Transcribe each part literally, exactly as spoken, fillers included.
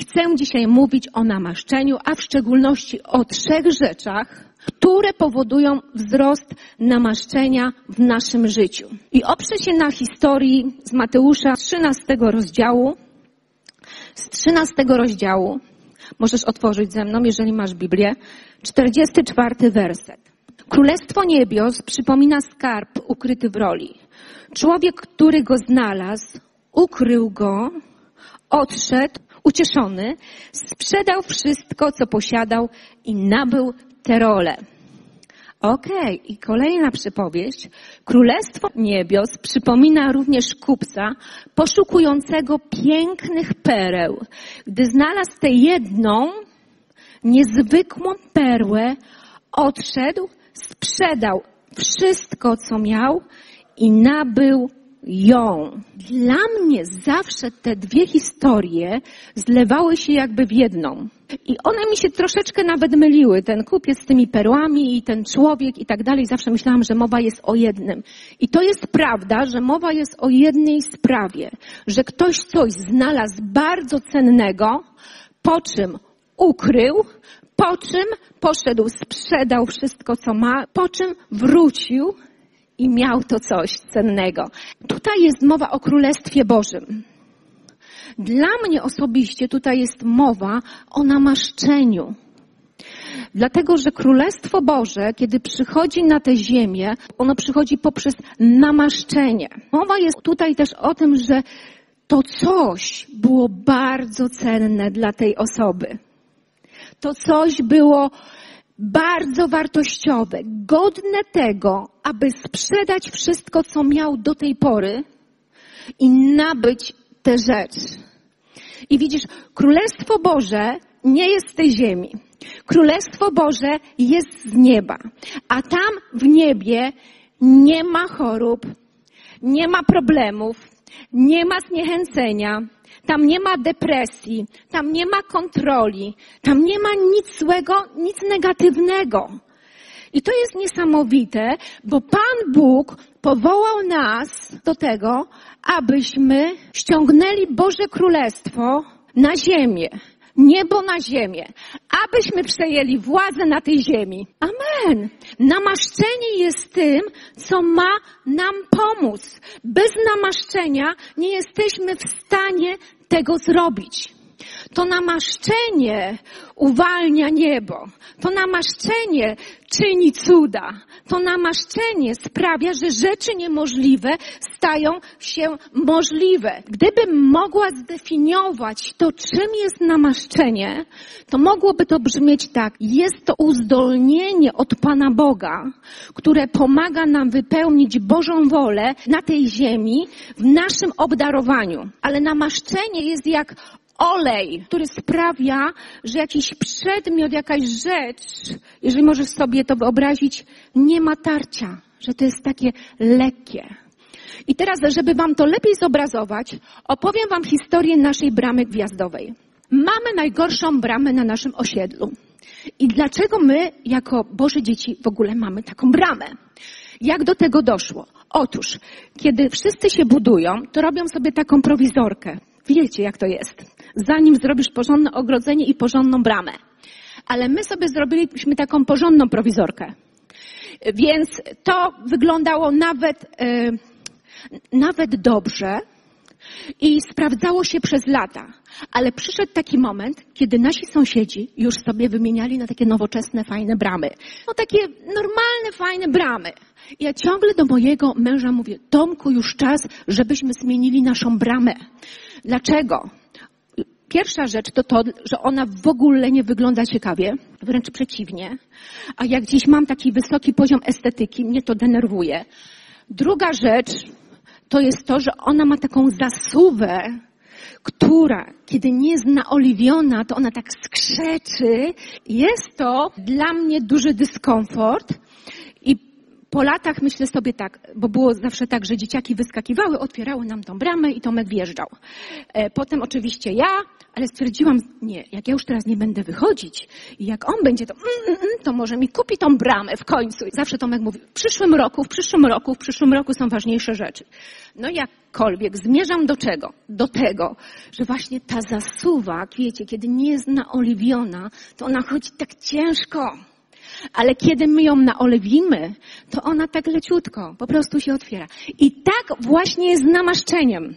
chcę dzisiaj mówić o namaszczeniu, a w szczególności o trzech rzeczach, które powodują wzrost namaszczenia w naszym życiu. I oprę się na historii z Mateusza z trzynastego rozdziału. Z trzynastego rozdziału, możesz otworzyć ze mną, jeżeli masz Biblię, czterdziesty czwarty werset. Królestwo niebios przypomina skarb ukryty w roli. Człowiek, który go znalazł, ukrył go, odszedł, ucieszony, sprzedał wszystko, co posiadał i nabył tę rolę. Okej, okay. I kolejna przypowieść. Królestwo niebios przypomina również kupca poszukującego pięknych pereł. Gdy znalazł tę jedną, niezwykłą perłę, odszedł, sprzedał wszystko, co miał i nabył ją. Dla mnie zawsze te dwie historie zlewały się jakby w jedną. I one mi się troszeczkę nawet myliły. Ten kupiec z tymi perłami i ten człowiek i tak dalej. Zawsze myślałam, że mowa jest o jednym. I to jest prawda, że mowa jest o jednej sprawie. Że ktoś coś znalazł bardzo cennego, po czym ukrył, po czym poszedł, sprzedał wszystko, co ma, po czym wrócił i miał to coś cennego. Tutaj jest mowa o Królestwie Bożym. Dla mnie osobiście tutaj jest mowa o namaszczeniu. Dlatego, że Królestwo Boże, kiedy przychodzi na tę ziemię, ono przychodzi poprzez namaszczenie. Mowa jest tutaj też o tym, że to coś było bardzo cenne dla tej osoby. To coś było bardzo wartościowe, godne tego, aby sprzedać wszystko, co miał do tej pory i nabyć tę rzecz. I widzisz, Królestwo Boże nie jest z tej ziemi. Królestwo Boże jest z nieba. A tam w niebie nie ma chorób, nie ma problemów, nie ma zniechęcenia, tam nie ma depresji, tam nie ma kontroli, tam nie ma nic złego, nic negatywnego. I to jest niesamowite, bo Pan Bóg powołał nas do tego, abyśmy ściągnęli Boże Królestwo na ziemię, niebo na ziemię, abyśmy przejęli władzę na tej ziemi. Amen. Namaszczenie jest tym, co ma nam pomóc. Bez namaszczenia nie jesteśmy w stanie tego zrobić. To namaszczenie uwalnia niebo. To namaszczenie czyni cuda. To namaszczenie sprawia, że rzeczy niemożliwe stają się możliwe. Gdybym mogła zdefiniować to, czym jest namaszczenie, to mogłoby to brzmieć tak. Jest to uzdolnienie od Pana Boga, które pomaga nam wypełnić Bożą wolę na tej ziemi w naszym obdarowaniu. Ale namaszczenie jest jak olej, który sprawia, że jakiś przedmiot, jakaś rzecz, jeżeli możesz sobie to wyobrazić, nie ma tarcia, że to jest takie lekkie. I teraz, żeby wam to lepiej zobrazować, opowiem wam historię naszej bramy gwiazdowej. Mamy najgorszą bramę na naszym osiedlu. I dlaczego my, jako Boże dzieci, w ogóle mamy taką bramę? Jak do tego doszło? Otóż, kiedy wszyscy się budują, to robią sobie taką prowizorkę. Wiecie, jak to jest. Zanim zrobisz porządne ogrodzenie i porządną bramę. Ale my sobie zrobiliśmy taką porządną prowizorkę. Więc to wyglądało nawet, e, nawet dobrze i sprawdzało się przez lata. Ale przyszedł taki moment, kiedy nasi sąsiedzi już sobie wymieniali na takie nowoczesne, fajne bramy. No takie normalne, fajne bramy. Ja ciągle do mojego męża mówię, Tomku, już czas, żebyśmy zmienili naszą bramę. Dlaczego? Pierwsza rzecz to to, że ona w ogóle nie wygląda ciekawie, wręcz przeciwnie. A jak gdzieś mam taki wysoki poziom estetyki, mnie to denerwuje. Druga rzecz to jest to, że ona ma taką zasuwę, która, kiedy nie jest naoliwiona, to ona tak skrzeczy. Jest to dla mnie duży dyskomfort. I Po latach myślę sobie tak, bo było zawsze tak, że dzieciaki wyskakiwały, otwierały nam tą bramę i Tomek wjeżdżał. Potem oczywiście ja, ale stwierdziłam, nie, jak ja już teraz nie będę wychodzić i jak on będzie, to, mm, mm, to może mi kupi tą bramę w końcu. Zawsze Tomek mówi, w przyszłym roku, w przyszłym roku, w przyszłym roku są ważniejsze rzeczy. No jakkolwiek, zmierzam do czego? Do tego, że właśnie ta zasuwa, wiecie, kiedy nie jest naoliwiona, to ona chodzi tak ciężko. Ale kiedy my ją naoliwimy, to ona tak leciutko po prostu się otwiera. I tak właśnie jest z namaszczeniem.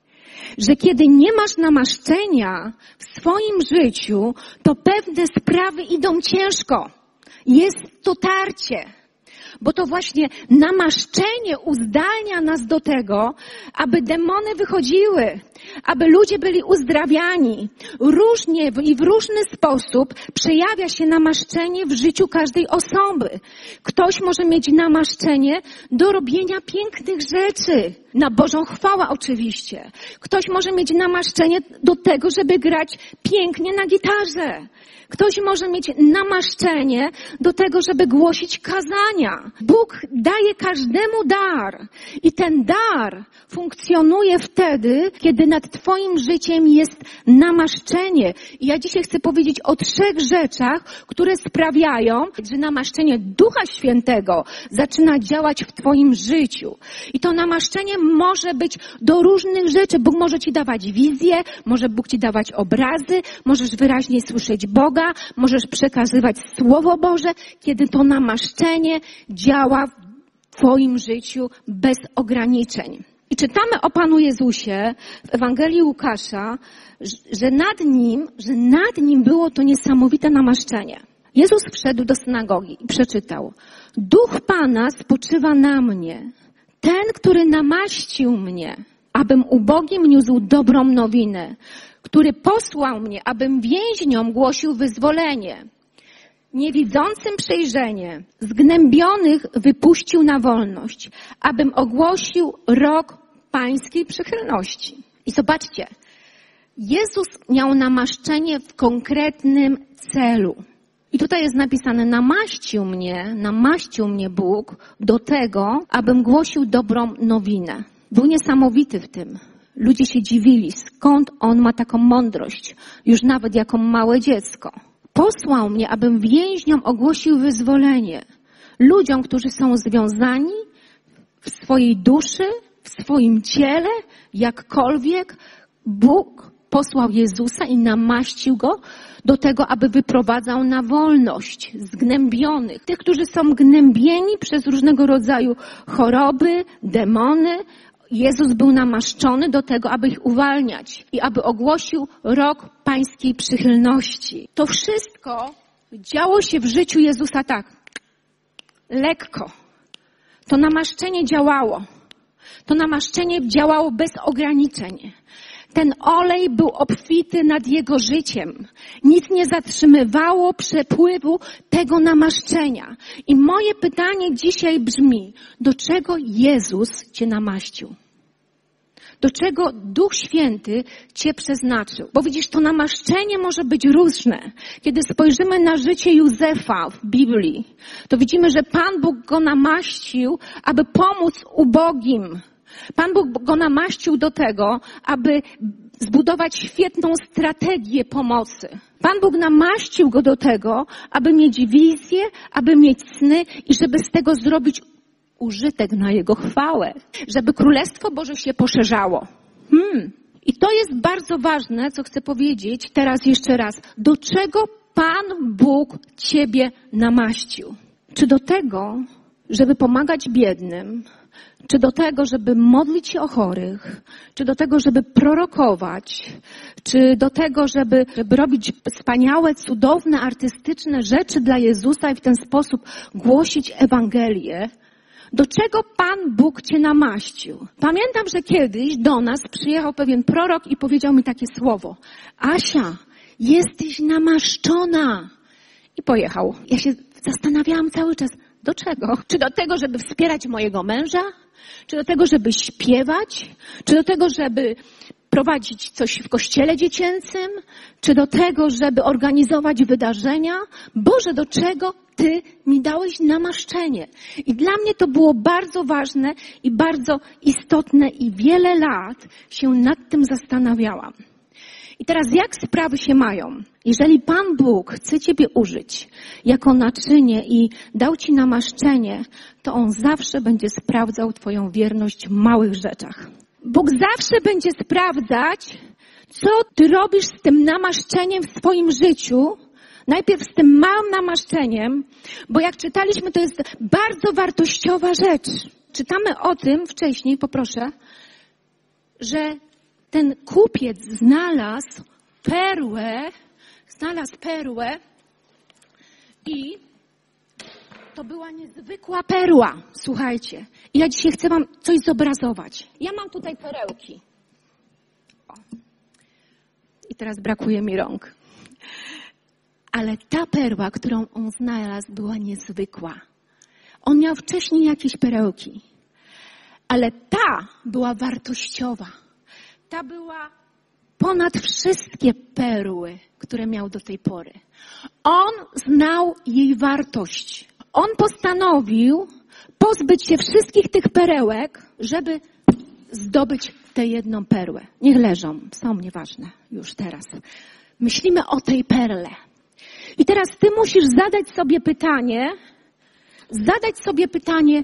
Że kiedy nie masz namaszczenia w swoim życiu, to pewne sprawy idą ciężko. Jest to tarcie. Bo to właśnie namaszczenie uzdalnia nas do tego, aby demony wychodziły, aby ludzie byli uzdrawiani. Różnie i w różny sposób przejawia się namaszczenie w życiu każdej osoby. Ktoś może mieć namaszczenie do robienia pięknych rzeczy. Na Bożą chwałę oczywiście. Ktoś może mieć namaszczenie do tego, żeby grać pięknie na gitarze. Ktoś może mieć namaszczenie do tego, żeby głosić kazania. Bóg daje każdemu dar. I ten dar funkcjonuje wtedy, kiedy nad twoim życiem jest namaszczenie. I ja dzisiaj chcę powiedzieć o trzech rzeczach, które sprawiają, że namaszczenie Ducha Świętego zaczyna działać w twoim życiu. I to namaszczenie może być do różnych rzeczy. Bóg może ci dawać wizję, może Bóg ci dawać obrazy, możesz wyraźnie słyszeć Boga, możesz przekazywać Słowo Boże, kiedy to namaszczenie działa w twoim życiu bez ograniczeń. I czytamy o Panu Jezusie w Ewangelii Łukasza, że nad nim, że nad nim było to niesamowite namaszczenie. Jezus wszedł do synagogi i przeczytał: Duch Pana spoczywa na mnie, ten, który namaścił mnie, abym ubogim niósł dobrą nowinę, który posłał mnie, abym więźniom głosił wyzwolenie, niewidzącym przejrzenie, zgnębionych wypuścił na wolność, abym ogłosił rok Pańskiej przychylności. I zobaczcie, Jezus miał namaszczenie w konkretnym celu. I tutaj jest napisane, namaścił mnie, namaścił mnie Bóg do tego, abym głosił dobrą nowinę. Był niesamowity w tym. Ludzie się dziwili, skąd on ma taką mądrość, już nawet jako małe dziecko. Posłał mnie, abym więźniom ogłosił wyzwolenie. Ludziom, którzy są związani w swojej duszy, w swoim ciele, jakkolwiek, Bóg posłał Jezusa i namaścił Go do tego, aby wyprowadzał na wolność zgnębionych. Tych, którzy są gnębieni przez różnego rodzaju choroby, demony. Jezus był namaszczony do tego, aby ich uwalniać i aby ogłosił rok Pańskiej przychylności. To wszystko działo się w życiu Jezusa tak, lekko. To namaszczenie działało. To namaszczenie działało bez ograniczeń. Ten olej był obfity nad jego życiem. Nic nie zatrzymywało przepływu tego namaszczenia. I moje pytanie dzisiaj brzmi, do czego Jezus cię namaścił? Do czego Duch Święty cię przeznaczył? Bo widzisz, to namaszczenie może być różne. Kiedy spojrzymy na życie Józefa w Biblii, to widzimy, że Pan Bóg go namaścił, aby pomóc ubogim. Pan Bóg go namaścił do tego, aby zbudować świetną strategię pomocy. Pan Bóg namaścił go do tego, aby mieć wizję, aby mieć sny i żeby z tego zrobić użytek na Jego chwałę. Żeby Królestwo Boże się poszerzało. Hmm. I to jest bardzo ważne, co chcę powiedzieć teraz jeszcze raz. Do czego Pan Bóg ciebie namaścił? Czy do tego, żeby pomagać biednym? Czy do tego, żeby modlić się o chorych? Czy do tego, żeby prorokować? Czy do tego, żeby, żeby robić wspaniałe, cudowne, artystyczne rzeczy dla Jezusa i w ten sposób głosić Ewangelię? Do czego Pan Bóg cię namaścił? Pamiętam, że kiedyś do nas przyjechał pewien prorok i powiedział mi takie słowo. Asia, jesteś namaszczona. I pojechał. Ja się zastanawiałam cały czas, do czego? Czy do tego, żeby wspierać mojego męża? Czy do tego, żeby śpiewać? Czy do tego, żeby prowadzić coś w kościele dziecięcym, czy do tego, żeby organizować wydarzenia. Boże, do czego Ty mi dałeś namaszczenie? I dla mnie to było bardzo ważne i bardzo istotne i wiele lat się nad tym zastanawiałam. I teraz jak sprawy się mają? Jeżeli Pan Bóg chce Ciebie użyć jako naczynie i dał Ci namaszczenie, to On zawsze będzie sprawdzał Twoją wierność w małych rzeczach. Bóg zawsze będzie sprawdzać, co Ty robisz z tym namaszczeniem w swoim życiu. Najpierw z tym małym namaszczeniem, bo jak czytaliśmy, to jest bardzo wartościowa rzecz. Czytamy o tym wcześniej, poproszę, że ten kupiec znalazł perłę, znalazł perłę i to była niezwykła perła, słuchajcie. I ja dzisiaj chcę wam coś zobrazować. Ja mam tutaj perełki. O. I teraz brakuje mi rąk. Ale ta perła, którą on znalazł, była niezwykła. On miał wcześniej jakieś perełki, ale ta była wartościowa. Ta była ponad wszystkie perły, które miał do tej pory. On znał jej wartość. On postanowił pozbyć się wszystkich tych perełek, żeby zdobyć tę jedną perłę. Niech leżą, są nieważne już teraz. Myślimy o tej perle. I teraz ty musisz zadać sobie pytanie, zadać sobie pytanie,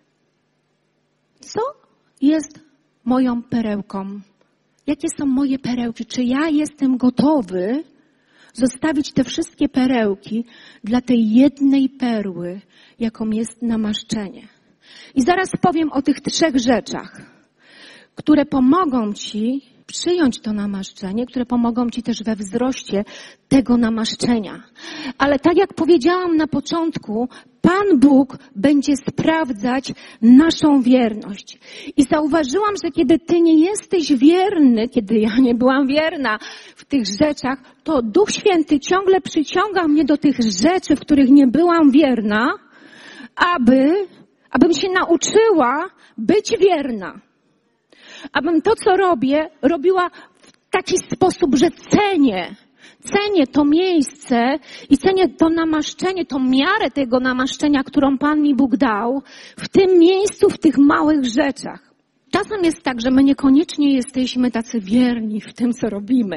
co jest moją perełką? Jakie są moje perełki? Czy ja jestem gotowy zostawić te wszystkie perełki dla tej jednej perły, jaką jest namaszczenie? I zaraz powiem o tych trzech rzeczach, które pomogą ci przyjąć to namaszczenie, które pomogą ci też we wzroście tego namaszczenia. Ale tak jak powiedziałam na początku, Pan Bóg będzie sprawdzać naszą wierność. I zauważyłam, że kiedy ty nie jesteś wierny, kiedy ja nie byłam wierna w tych rzeczach, to Duch Święty ciągle przyciąga mnie do tych rzeczy, w których nie byłam wierna, aby, abym się nauczyła być wierna. Abym to, co robię, robiła w taki sposób, że cenię. Cenię to miejsce i cenię to namaszczenie, tą miarę tego namaszczenia, którą Pan mi Bóg dał w tym miejscu, w tych małych rzeczach. Czasem jest tak, że my niekoniecznie jesteśmy tacy wierni w tym, co robimy.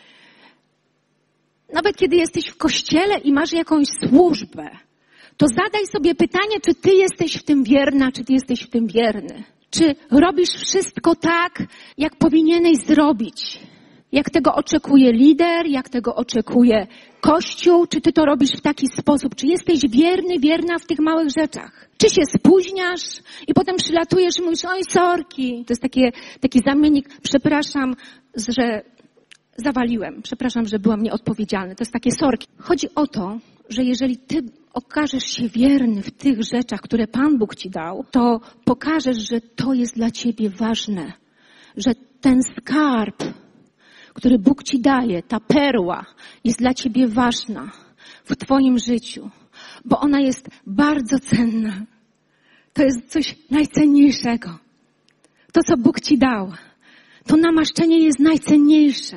Nawet kiedy jesteś w kościele i masz jakąś służbę, to zadaj sobie pytanie, czy ty jesteś w tym wierna, czy ty jesteś w tym wierny. Czy robisz wszystko tak, jak powinieneś zrobić? Jak tego oczekuje lider, jak tego oczekuje Kościół? Czy ty to robisz w taki sposób? Czy jesteś wierny, wierna w tych małych rzeczach? Czy się spóźniasz i potem przylatujesz i mówisz, oj, sorki. To jest takie, taki zamiennik, przepraszam, że zawaliłem, przepraszam, że byłam nieodpowiedzialna. To jest takie sorki. Chodzi o to, że jeżeli ty okażesz się wierny w tych rzeczach, które Pan Bóg ci dał, to pokażesz, że to jest dla ciebie ważne. Że ten skarb, który Bóg ci daje, ta perła jest dla ciebie ważna w twoim życiu, bo ona jest bardzo cenna. To jest coś najcenniejszego. To, co Bóg ci dał, to namaszczenie jest najcenniejsze.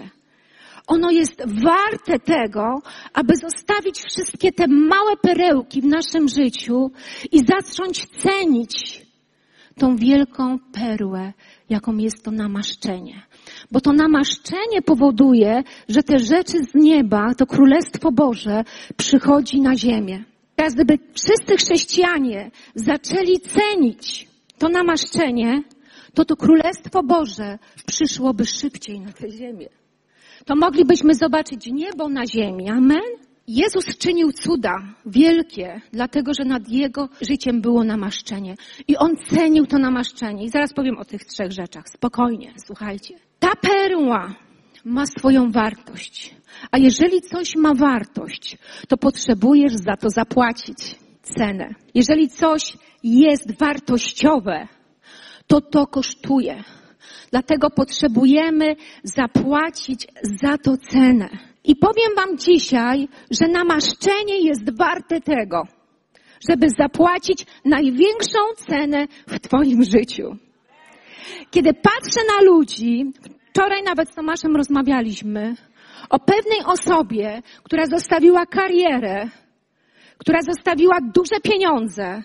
Ono jest warte tego, aby zostawić wszystkie te małe perełki w naszym życiu i zacząć cenić tą wielką perłę, jaką jest to namaszczenie. Bo to namaszczenie powoduje, że te rzeczy z nieba, to Królestwo Boże przychodzi na ziemię. Teraz gdyby wszyscy chrześcijanie zaczęli cenić to namaszczenie, to to Królestwo Boże przyszłoby szybciej na tę ziemię. To moglibyśmy zobaczyć niebo na ziemi. Amen? Jezus czynił cuda wielkie, dlatego że nad Jego życiem było namaszczenie. I On cenił to namaszczenie. I zaraz powiem o tych trzech rzeczach. Spokojnie, słuchajcie. Ta perła ma swoją wartość. A jeżeli coś ma wartość, to potrzebujesz za to zapłacić cenę. Jeżeli coś jest wartościowe, to to kosztuje. Dlatego potrzebujemy zapłacić za to cenę. I powiem wam dzisiaj, że namaszczenie jest warte tego, żeby zapłacić największą cenę w twoim życiu. Kiedy patrzę na ludzi, Wczoraj nawet z Tomaszem rozmawialiśmy o pewnej osobie, która zostawiła karierę, która zostawiła duże pieniądze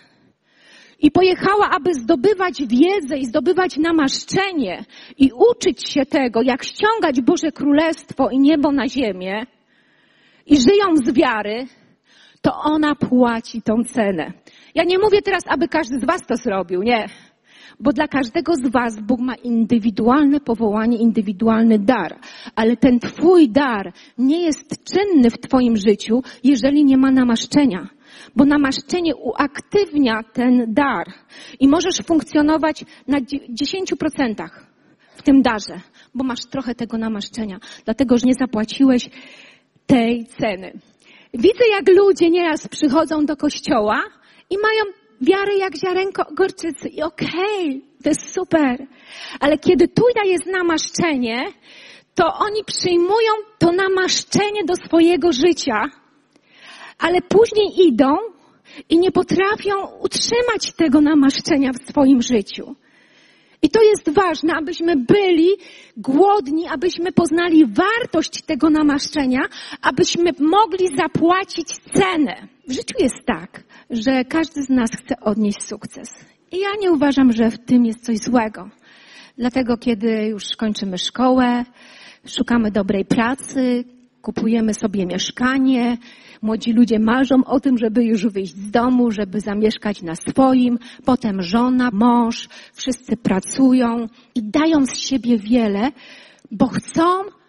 i pojechała, aby zdobywać wiedzę i zdobywać namaszczenie i uczyć się tego, jak ściągać Boże Królestwo i niebo na ziemię i żyją z wiary, to ona płaci tą cenę. Ja nie mówię teraz, aby każdy z was to zrobił, nie. Bo dla każdego z was Bóg ma indywidualne powołanie, indywidualny dar. Ale ten twój dar nie jest czynny w twoim życiu, jeżeli nie ma namaszczenia. Bo namaszczenie uaktywnia ten dar. I możesz funkcjonować na dziesięciu procentach w tym darze, bo masz trochę tego namaszczenia. Dlatego, że nie zapłaciłeś tej ceny. Widzę, jak ludzie nieraz przychodzą do kościoła i mają wiarę jak ziarenko gorczycy. I okej, okay, to jest super. Ale kiedy tu jest namaszczenie, to oni przyjmują to namaszczenie do swojego życia, ale później idą i nie potrafią utrzymać tego namaszczenia w swoim życiu. I to jest ważne, abyśmy byli głodni, abyśmy poznali wartość tego namaszczenia, abyśmy mogli zapłacić cenę. W życiu jest tak, że każdy z nas chce odnieść sukces. I ja nie uważam, że w tym jest coś złego. Dlatego, kiedy już kończymy szkołę, szukamy dobrej pracy, kupujemy sobie mieszkanie, młodzi ludzie marzą o tym, żeby już wyjść z domu, żeby zamieszkać na swoim, potem żona, mąż, wszyscy pracują i dają z siebie wiele, bo chcą,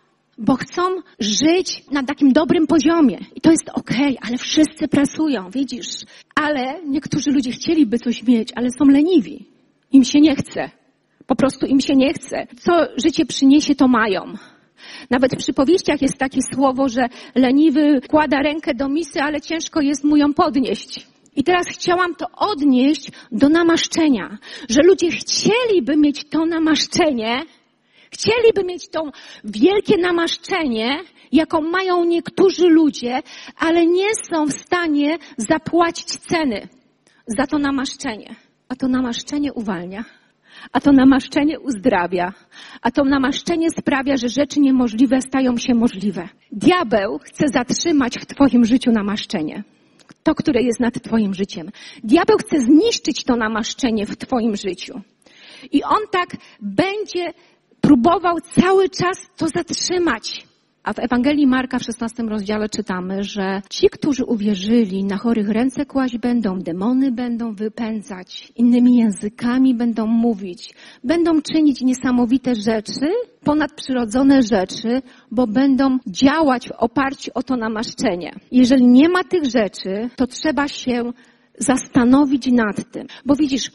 bo chcą żyć na takim dobrym poziomie. I to jest okej, okay, ale wszyscy pracują, widzisz. Ale niektórzy ludzie chcieliby coś mieć, ale są leniwi. Im się nie chce. Po prostu im się nie chce. Co życie przyniesie, to mają. Nawet w przypowieściach jest takie słowo, że leniwy kłada rękę do misy, ale ciężko jest mu ją podnieść. I teraz chciałam to odnieść do namaszczenia, że ludzie chcieliby mieć to namaszczenie, chcieliby mieć to wielkie namaszczenie, jaką mają niektórzy ludzie, ale nie są w stanie zapłacić ceny za to namaszczenie. A to namaszczenie uwalnia. A to namaszczenie uzdrawia, a to namaszczenie sprawia, że rzeczy niemożliwe stają się możliwe. Diabeł chce zatrzymać w twoim życiu namaszczenie. To, które jest nad twoim życiem. Diabeł chce zniszczyć to namaszczenie w twoim życiu. I on tak będzie próbował cały czas to zatrzymać. A w Ewangelii Marka w szesnastym rozdziale czytamy, że ci, którzy uwierzyli, na chorych ręce kłaść będą, demony będą wypędzać, innymi językami będą mówić, będą czynić niesamowite rzeczy, ponadprzyrodzone rzeczy, bo będą działać w oparciu o to namaszczenie. Jeżeli nie ma tych rzeczy, to trzeba się zastanowić nad tym. Bo widzisz,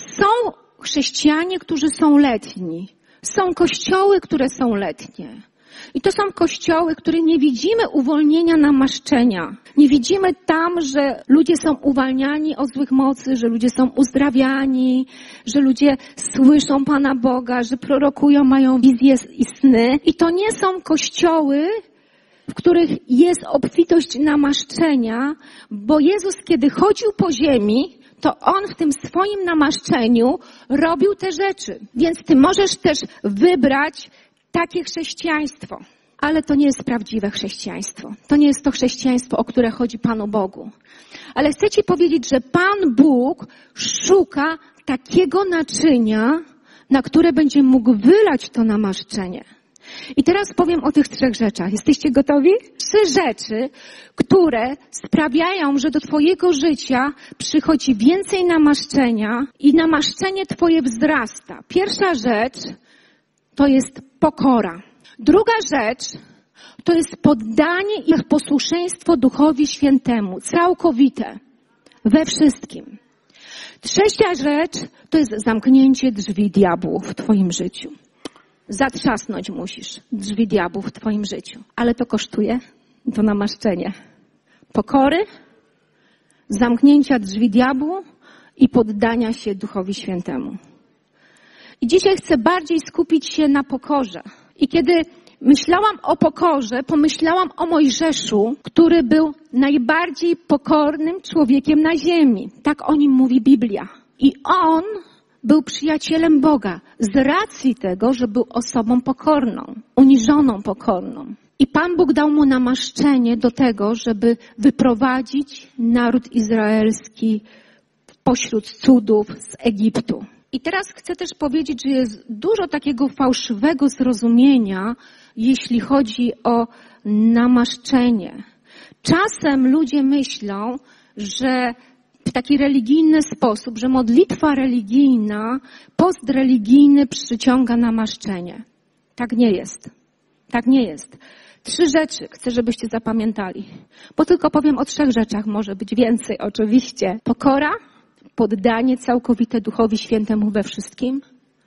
są chrześcijanie, którzy są letni, są kościoły, które są letnie. I to są kościoły, w których nie widzimy uwolnienia namaszczenia. Nie widzimy tam, że ludzie są uwalniani od złych mocy, że ludzie są uzdrawiani, że ludzie słyszą Pana Boga, że prorokują, mają wizje i sny. I to nie są kościoły, w których jest obfitość namaszczenia, bo Jezus, kiedy chodził po ziemi, to On w tym swoim namaszczeniu robił te rzeczy. Więc ty możesz też wybrać takie chrześcijaństwo. Ale to nie jest prawdziwe chrześcijaństwo. To nie jest to chrześcijaństwo, o które chodzi Panu Bogu. Ale chcę ci powiedzieć, że Pan Bóg szuka takiego naczynia, na które będzie mógł wylać to namaszczenie. I teraz powiem o tych trzech rzeczach. Jesteście gotowi? Trzy rzeczy, które sprawiają, że do twojego życia przychodzi więcej namaszczenia i namaszczenie twoje wzrasta. Pierwsza rzecz to jest pokora. Druga rzecz to jest poddanie i posłuszeństwo Duchowi Świętemu, całkowite, we wszystkim. Trzecia rzecz to jest zamknięcie drzwi diabłu w twoim życiu. Zatrzasnąć musisz drzwi diabłu w twoim życiu. Ale to kosztuje to namaszczenie. Pokory, zamknięcia drzwi diabłu i poddania się Duchowi Świętemu. I dzisiaj chcę bardziej skupić się na pokorze. I kiedy myślałam o pokorze, pomyślałam o Mojżeszu, który był najbardziej pokornym człowiekiem na ziemi. Tak o nim mówi Biblia. I on był przyjacielem Boga z racji tego, że był osobą pokorną, uniżoną pokorną. I Pan Bóg dał mu namaszczenie do tego, żeby wyprowadzić naród izraelski pośród cudów z Egiptu. I teraz chcę też powiedzieć, że jest dużo takiego fałszywego zrozumienia, jeśli chodzi o namaszczenie. Czasem ludzie myślą, że w taki religijny sposób, że modlitwa religijna, post religijny przyciąga namaszczenie. Tak nie jest. Tak nie jest. Trzy rzeczy chcę, żebyście zapamiętali. Bo tylko powiem o trzech rzeczach, może być więcej oczywiście. Pokora, poddanie całkowite Duchowi Świętemu we wszystkim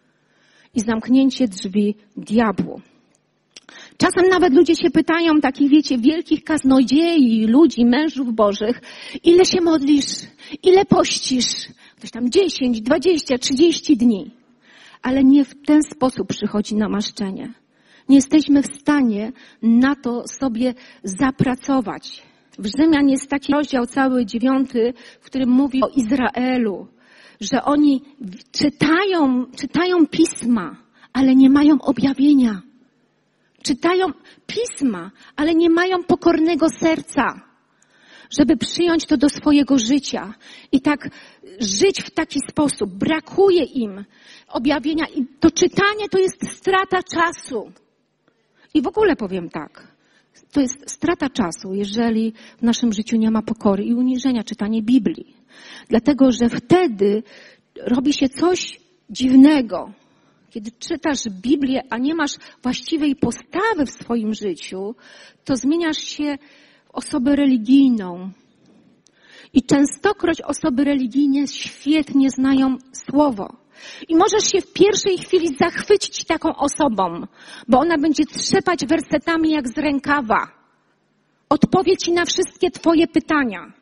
i zamknięcie drzwi diabłu. Czasem nawet ludzie się pytają, takich wiecie, wielkich kaznodziei, ludzi, mężów bożych, ile się modlisz, ile pościsz? Ktoś tam dziesięć, dwadzieścia, trzydzieści dni. Ale nie w ten sposób przychodzi namaszczenie. Nie jesteśmy w stanie na to sobie zapracować. W Rzymian jest taki rozdział cały dziewiąty, w którym mówi o Izraelu, że oni czytają, czytają pisma, ale nie mają objawienia. Czytają pisma, ale nie mają pokornego serca, żeby przyjąć to do swojego życia i tak żyć w taki sposób. Brakuje im objawienia i to czytanie to jest strata czasu. I w ogóle powiem tak, to jest strata czasu, jeżeli w naszym życiu nie ma pokory i uniżenia, czytanie Biblii. Dlatego, że wtedy robi się coś dziwnego. Kiedy czytasz Biblię, a nie masz właściwej postawy w swoim życiu, to zmieniasz się w osobę religijną. I częstokroć osoby religijne świetnie znają słowo. I możesz się w pierwszej chwili zachwycić taką osobą, bo ona będzie trzepać wersetami jak z rękawa. Odpowie ci na wszystkie twoje pytania.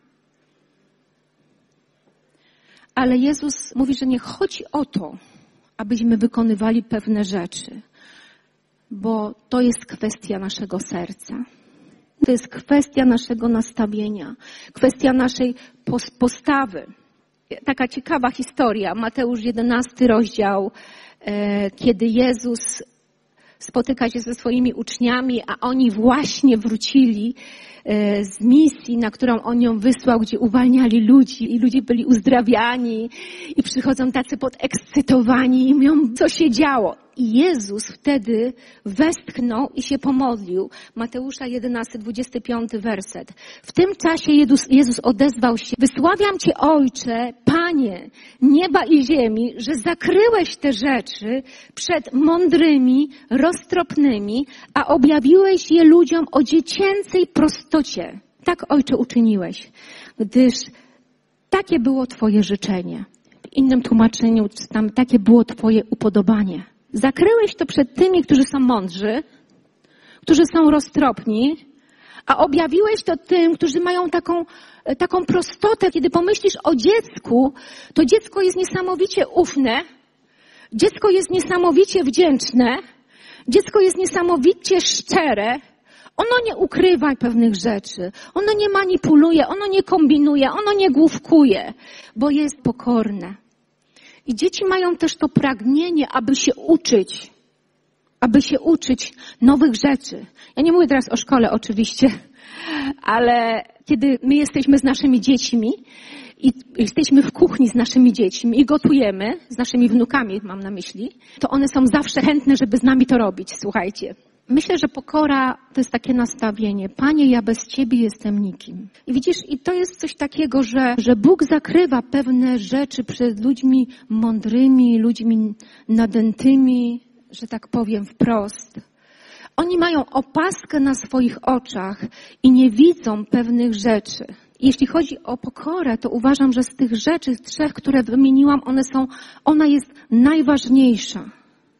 Ale Jezus mówi, że nie chodzi o to, abyśmy wykonywali pewne rzeczy, bo to jest kwestia naszego serca. To jest kwestia naszego nastawienia, kwestia naszej postawy. Taka ciekawa historia, Mateusz jedenasty rozdział, kiedy Jezus spotyka się ze swoimi uczniami, a oni właśnie wrócili z misji, na którą on ją wysłał, gdzie uwalniali ludzi i ludzie byli uzdrawiani i przychodzą tacy podekscytowani i mówią, co się działo. I Jezus wtedy westchnął i się pomodlił. Mateusza jedenasty, dwudziesty piąty werset. W tym czasie Jezus, Jezus odezwał się, wysławiam Cię, Ojcze, Panie, nieba i ziemi, że zakryłeś te rzeczy przed mądrymi, roztropnymi, a objawiłeś je ludziom o dziecięcej prostocie. Tak, Ojcze, uczyniłeś, gdyż takie było Twoje życzenie. W innym tłumaczeniu tam takie było Twoje upodobanie. Zakryłeś to przed tymi, którzy są mądrzy, którzy są roztropni, a objawiłeś to tym, którzy mają taką, taką prostotę. Kiedy pomyślisz o dziecku, to dziecko jest niesamowicie ufne, dziecko jest niesamowicie wdzięczne, dziecko jest niesamowicie szczere. Ono nie ukrywa pewnych rzeczy, ono nie manipuluje, ono nie kombinuje, ono nie główkuje, bo jest pokorne. I dzieci mają też to pragnienie, aby się uczyć, aby się uczyć nowych rzeczy. Ja nie mówię teraz o szkole oczywiście, ale kiedy my jesteśmy z naszymi dziećmi i jesteśmy w kuchni z naszymi dziećmi i gotujemy, z naszymi wnukami mam na myśli, to one są zawsze chętne, żeby z nami to robić, słuchajcie. Myślę, że pokora to jest takie nastawienie. Panie, ja bez Ciebie jestem nikim. I widzisz, i to jest coś takiego, że, że Bóg zakrywa pewne rzeczy przed ludźmi mądrymi, ludźmi nadętymi, że tak powiem wprost. Oni mają opaskę na swoich oczach i nie widzą pewnych rzeczy. Jeśli chodzi o pokorę, to uważam, że z tych rzeczy, trzech, które wymieniłam, one są, ona jest najważniejsza.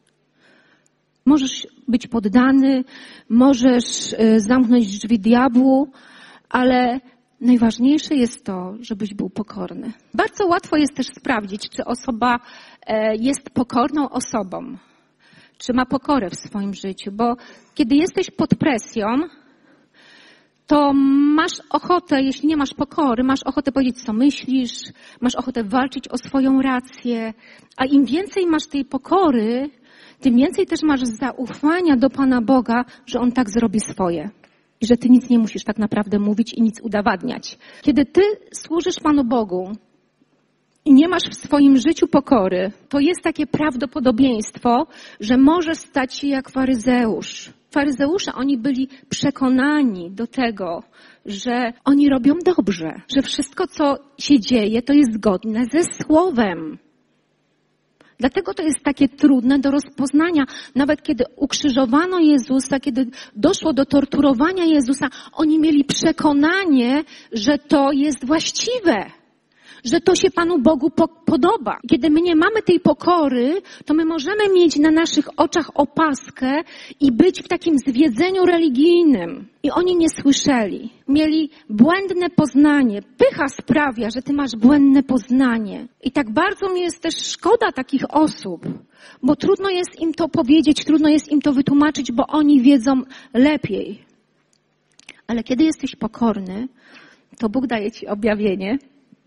Możesz być poddany, możesz zamknąć drzwi diabłu, ale najważniejsze jest to, żebyś był pokorny. Bardzo łatwo jest też sprawdzić, czy osoba jest pokorną osobą, czy ma pokorę w swoim życiu, bo kiedy jesteś pod presją, to masz ochotę, jeśli nie masz pokory, masz ochotę powiedzieć, co myślisz, masz ochotę walczyć o swoją rację, a im więcej masz tej pokory, tym więcej też masz zaufania do Pana Boga, że On tak zrobi swoje. I że ty nic nie musisz tak naprawdę mówić i nic udowadniać. Kiedy ty służysz Panu Bogu i nie masz w swoim życiu pokory, to jest takie prawdopodobieństwo, że możesz stać się jak faryzeusz. Faryzeusze, oni byli przekonani do tego, że oni robią dobrze, że wszystko, co się dzieje, to jest zgodne ze Słowem. Dlatego to jest takie trudne do rozpoznania. Nawet kiedy ukrzyżowano Jezusa, kiedy doszło do torturowania Jezusa, oni mieli przekonanie, że to jest właściwe, że to się Panu Bogu po- podoba. Kiedy my nie mamy tej pokory, to my możemy mieć na naszych oczach opaskę i być w takim zwiedzeniu religijnym. I oni nie słyszeli. Mieli błędne poznanie. Pycha sprawia, że ty masz błędne poznanie. I tak bardzo mi jest też szkoda takich osób, bo trudno jest im to powiedzieć, trudno jest im to wytłumaczyć, bo oni wiedzą lepiej. Ale kiedy jesteś pokorny, to Bóg daje ci objawienie.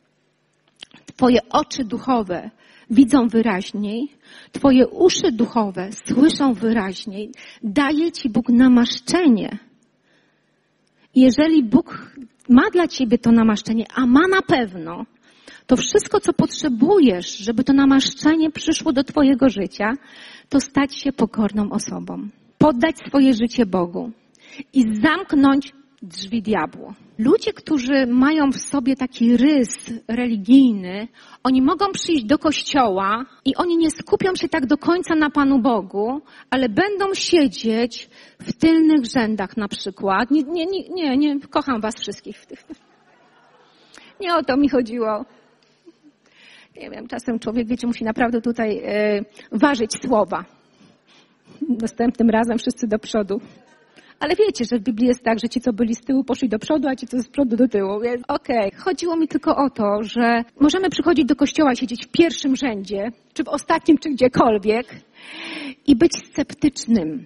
Twoje oczy duchowe widzą wyraźniej, twoje uszy duchowe słyszą wyraźniej. Daje ci Bóg namaszczenie. Jeżeli Bóg ma dla ciebie to namaszczenie, a ma na pewno, to wszystko, co potrzebujesz, żeby to namaszczenie przyszło do twojego życia, to stać się pokorną osobą. Poddać swoje życie Bogu i zamknąć drzwi diabłu. Ludzie, którzy mają w sobie taki rys religijny, oni mogą przyjść do kościoła i oni nie skupią się tak do końca na Panu Bogu, ale będą siedzieć w tylnych rzędach na przykład. Nie, nie, nie, nie, nie kocham was wszystkich w tych. Nie o to mi chodziło. Nie wiem, czasem człowiek, wiecie, musi naprawdę tutaj e, ważyć słowa. Następnym razem wszyscy do przodu. Ale wiecie, że w Biblii jest tak, że ci, co byli z tyłu, poszli do przodu, a ci, co z przodu, do tyłu. Więc okej. Okay. Chodziło mi tylko o to, że możemy przychodzić do kościoła, siedzieć w pierwszym rzędzie, czy w ostatnim, czy gdziekolwiek i być sceptycznym.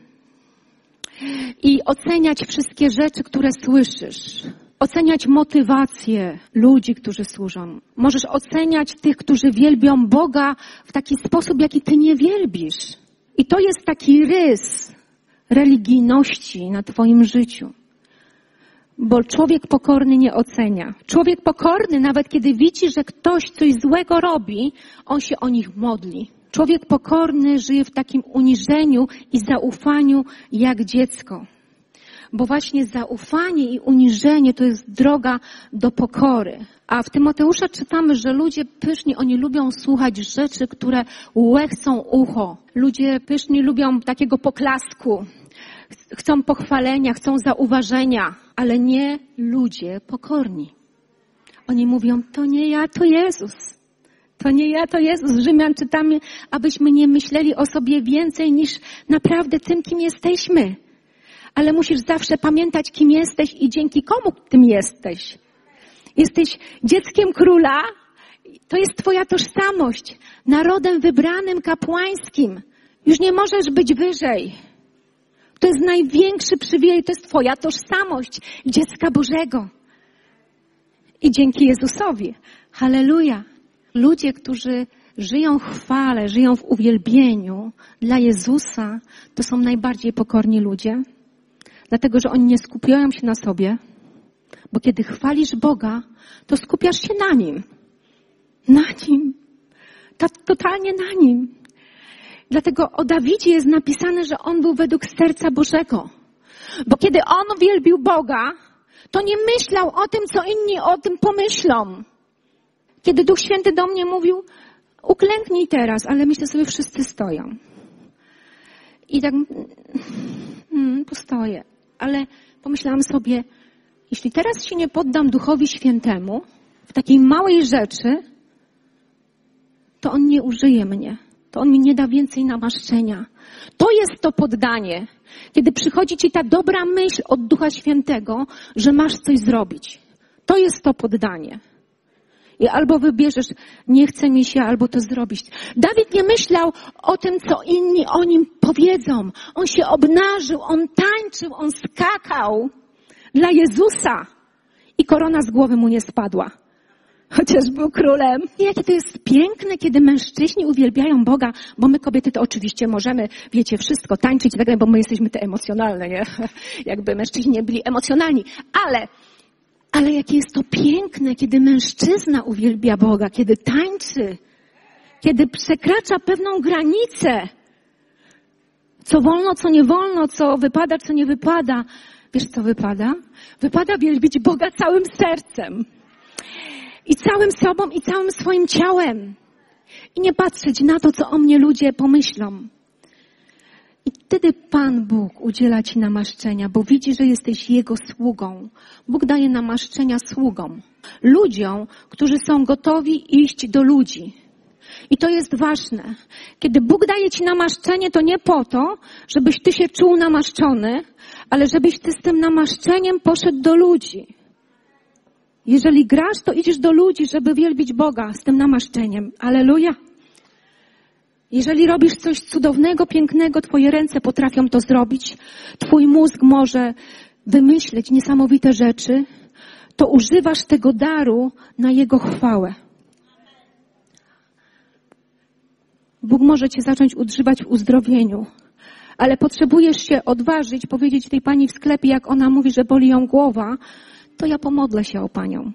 I oceniać wszystkie rzeczy, które słyszysz. Oceniać motywację ludzi, którzy służą. Możesz oceniać tych, którzy wielbią Boga w taki sposób, jaki ty nie wielbisz. I to jest taki rys religijności na twoim życiu. Bo człowiek pokorny nie ocenia. Człowiek pokorny, nawet kiedy widzi, że ktoś coś złego robi, on się o nich modli. Człowiek pokorny żyje w takim uniżeniu i zaufaniu jak dziecko. Bo właśnie zaufanie i uniżenie to jest droga do pokory. A w Tymoteusza czytamy, że ludzie pyszni, oni lubią słuchać rzeczy, które łechcą ucho. Ludzie pyszni lubią takiego poklasku. Chcą pochwalenia, chcą zauważenia, ale nie ludzie pokorni. Oni mówią, to nie ja, to Jezus. To nie ja, to Jezus. Z Rzymian czytamy, abyśmy nie myśleli o sobie więcej niż naprawdę tym, kim jesteśmy. Ale musisz zawsze pamiętać, kim jesteś i dzięki komu tym jesteś. Jesteś dzieckiem króla, to jest twoja tożsamość. Narodem wybranym, kapłańskim. Już nie możesz być wyżej. To jest największy przywilej, to jest twoja tożsamość dziecka Bożego. I dzięki Jezusowi. Halleluja. Ludzie, którzy żyją w chwale, żyją w uwielbieniu dla Jezusa, to są najbardziej pokorni ludzie. Dlatego, że oni nie skupiają się na sobie, bo kiedy chwalisz Boga, to skupiasz się na Nim. Na Nim. To, totalnie na Nim. Dlatego o Dawidzie jest napisane, że on był według serca Bożego. Bo kiedy on wielbił Boga, to nie myślał o tym, co inni o tym pomyślą. Kiedy Duch Święty do mnie mówił, uklęknij teraz, ale myślę sobie, wszyscy stoją. I tak hmm, postoję. Ale pomyślałam sobie, jeśli teraz się nie poddam Duchowi Świętemu w takiej małej rzeczy, to On nie użyje mnie. To On mi nie da więcej namaszczenia. To jest to poddanie, kiedy przychodzi ci ta dobra myśl od Ducha Świętego, że masz coś zrobić. To jest to poddanie. I albo wybierzesz, nie chce mi się, albo to zrobić. Dawid nie myślał o tym, co inni o nim powiedzą. On się obnażył, on tańczył, on skakał. dla Jezusa i korona z głowy mu nie spadła. Chociaż był królem. I jakie to jest piękne, kiedy mężczyźni uwielbiają Boga, bo my kobiety to oczywiście możemy, wiecie, wszystko, tańczyć i tak dalej, bo my jesteśmy te emocjonalne, nie? Jakby mężczyźni nie byli emocjonalni. Ale, ale jakie jest to piękne, kiedy mężczyzna uwielbia Boga, kiedy tańczy, kiedy przekracza pewną granicę. Co wolno, co nie wolno, co wypada, co nie wypada. Wiesz, co wypada? Wypada wielbić Boga całym sercem. I całym sobą, i całym swoim ciałem. I nie patrzeć na to, co o mnie ludzie pomyślą. I wtedy Pan Bóg udziela ci namaszczenia, bo widzi, że jesteś Jego sługą. Bóg daje namaszczenia sługom. Ludziom, którzy są gotowi iść do ludzi. I to jest ważne. Kiedy Bóg daje ci namaszczenie, to nie po to, żebyś ty się czuł namaszczony, ale żebyś ty z tym namaszczeniem poszedł do ludzi. Jeżeli grasz, to idziesz do ludzi, żeby wielbić Boga z tym namaszczeniem. Alleluja. Jeżeli robisz coś cudownego, pięknego, twoje ręce potrafią to zrobić, twój mózg może wymyśleć niesamowite rzeczy, to używasz tego daru na Jego chwałę. Bóg może cię zacząć używać w uzdrowieniu, ale potrzebujesz się odważyć, powiedzieć tej pani w sklepie, jak ona mówi, że boli ją głowa, to ja pomodlę się o panią.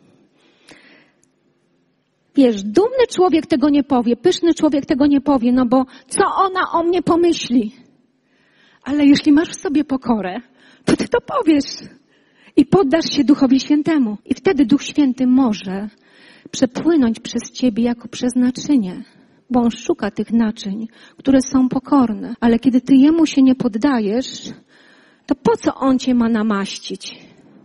Wiesz, dumny człowiek tego nie powie, pyszny człowiek tego nie powie, no bo co ona o mnie pomyśli? Ale jeśli masz w sobie pokorę, to ty to powiesz i poddasz się Duchowi Świętemu. I wtedy Duch Święty może przepłynąć przez ciebie jako przez naczynie, bo On szuka tych naczyń, które są pokorne. Ale kiedy ty Jemu się nie poddajesz, to po co On cię ma namaścić?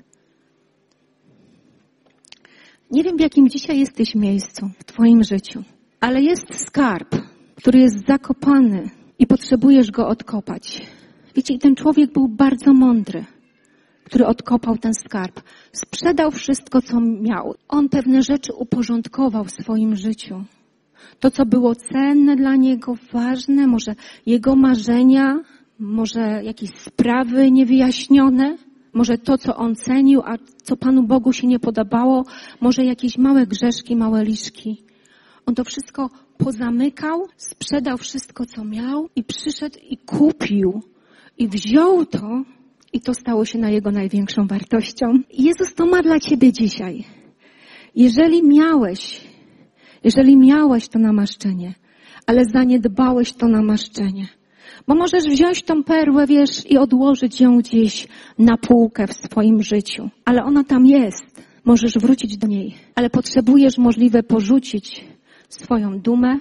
Nie wiem, w jakim dzisiaj jesteś miejscu w twoim życiu, ale jest skarb, który jest zakopany i potrzebujesz go odkopać. Wiecie, i ten człowiek był bardzo mądry, który odkopał ten skarb. Sprzedał wszystko, co miał. On pewne rzeczy uporządkował w swoim życiu. To, co było cenne dla niego, ważne, może jego marzenia, może jakieś sprawy niewyjaśnione, może to, co on cenił, a co Panu Bogu się nie podobało, może jakieś małe grzeszki, małe liszki. On to wszystko pozamykał, sprzedał wszystko, co miał i przyszedł i kupił i wziął to i to stało się na jego największą wartością. I Jezus to ma dla ciebie dzisiaj. Jeżeli miałeś, jeżeli miałeś to namaszczenie, ale zaniedbałeś to namaszczenie, bo możesz wziąć tą perłę, wiesz, i odłożyć ją gdzieś na półkę w swoim życiu. Ale ona tam jest. Możesz wrócić do niej. Ale potrzebujesz możliwe porzucić swoją dumę,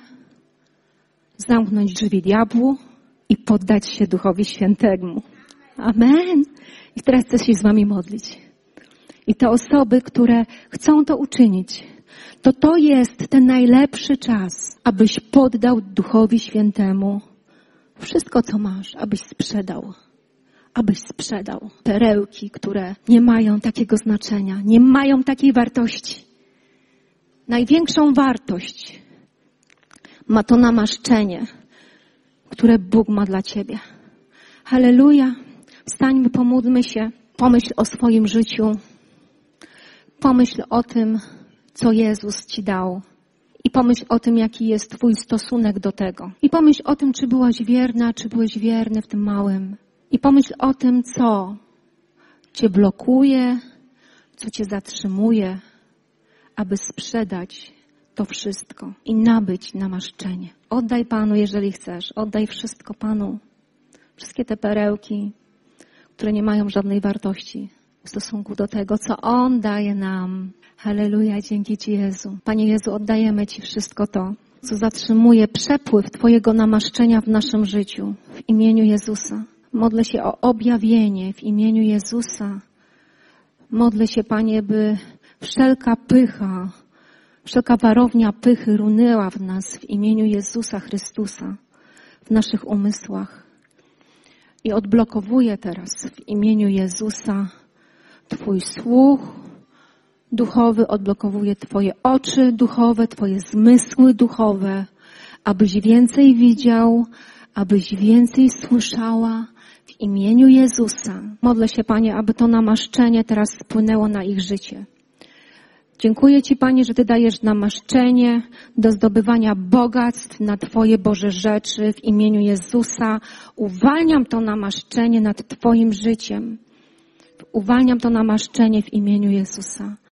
zamknąć drzwi diabłu i poddać się Duchowi Świętemu. Amen. I teraz chcę się z wami modlić. I te osoby, które chcą to uczynić, to to jest ten najlepszy czas, abyś poddał Duchowi Świętemu wszystko, co masz, abyś sprzedał. Abyś sprzedał perełki, które nie mają takiego znaczenia, nie mają takiej wartości. Największą wartość ma to namaszczenie, które Bóg ma dla ciebie. Halleluja. Wstańmy, pomódlmy się. Pomyśl o swoim życiu. Pomyśl o tym, co Jezus ci dał. I pomyśl o tym, jaki jest twój stosunek do tego. I pomyśl o tym, czy byłaś wierna, czy byłeś wierny w tym małym. I pomyśl o tym, co cię blokuje, co cię zatrzymuje, aby sprzedać to wszystko i nabyć namaszczenie. Oddaj Panu, jeżeli chcesz. Oddaj wszystko Panu. Wszystkie te perełki, które nie mają żadnej wartości w stosunku do tego, co On daje nam. Halleluja, dzięki Ci, Jezu. Panie Jezu, oddajemy Ci wszystko to, co zatrzymuje przepływ Twojego namaszczenia w naszym życiu. W imieniu Jezusa. Modlę się o objawienie w imieniu Jezusa. Modlę się, Panie, by wszelka pycha, wszelka warownia pychy runęła w nas w imieniu Jezusa Chrystusa, w naszych umysłach. I odblokowuję teraz w imieniu Jezusa Twój słuch duchowy, odblokowuję Twoje oczy duchowe, Twoje zmysły duchowe, abyś więcej widział, abyś więcej słyszała W imieniu Jezusa modlę się, Panie, aby to namaszczenie teraz spłynęło na ich życie. Dziękuję Ci, Panie, że Ty dajesz namaszczenie do zdobywania bogactw na Twoje Boże rzeczy w imieniu Jezusa. Uwalniam to namaszczenie nad Twoim życiem. Uwalniam to namaszczenie w imieniu Jezusa.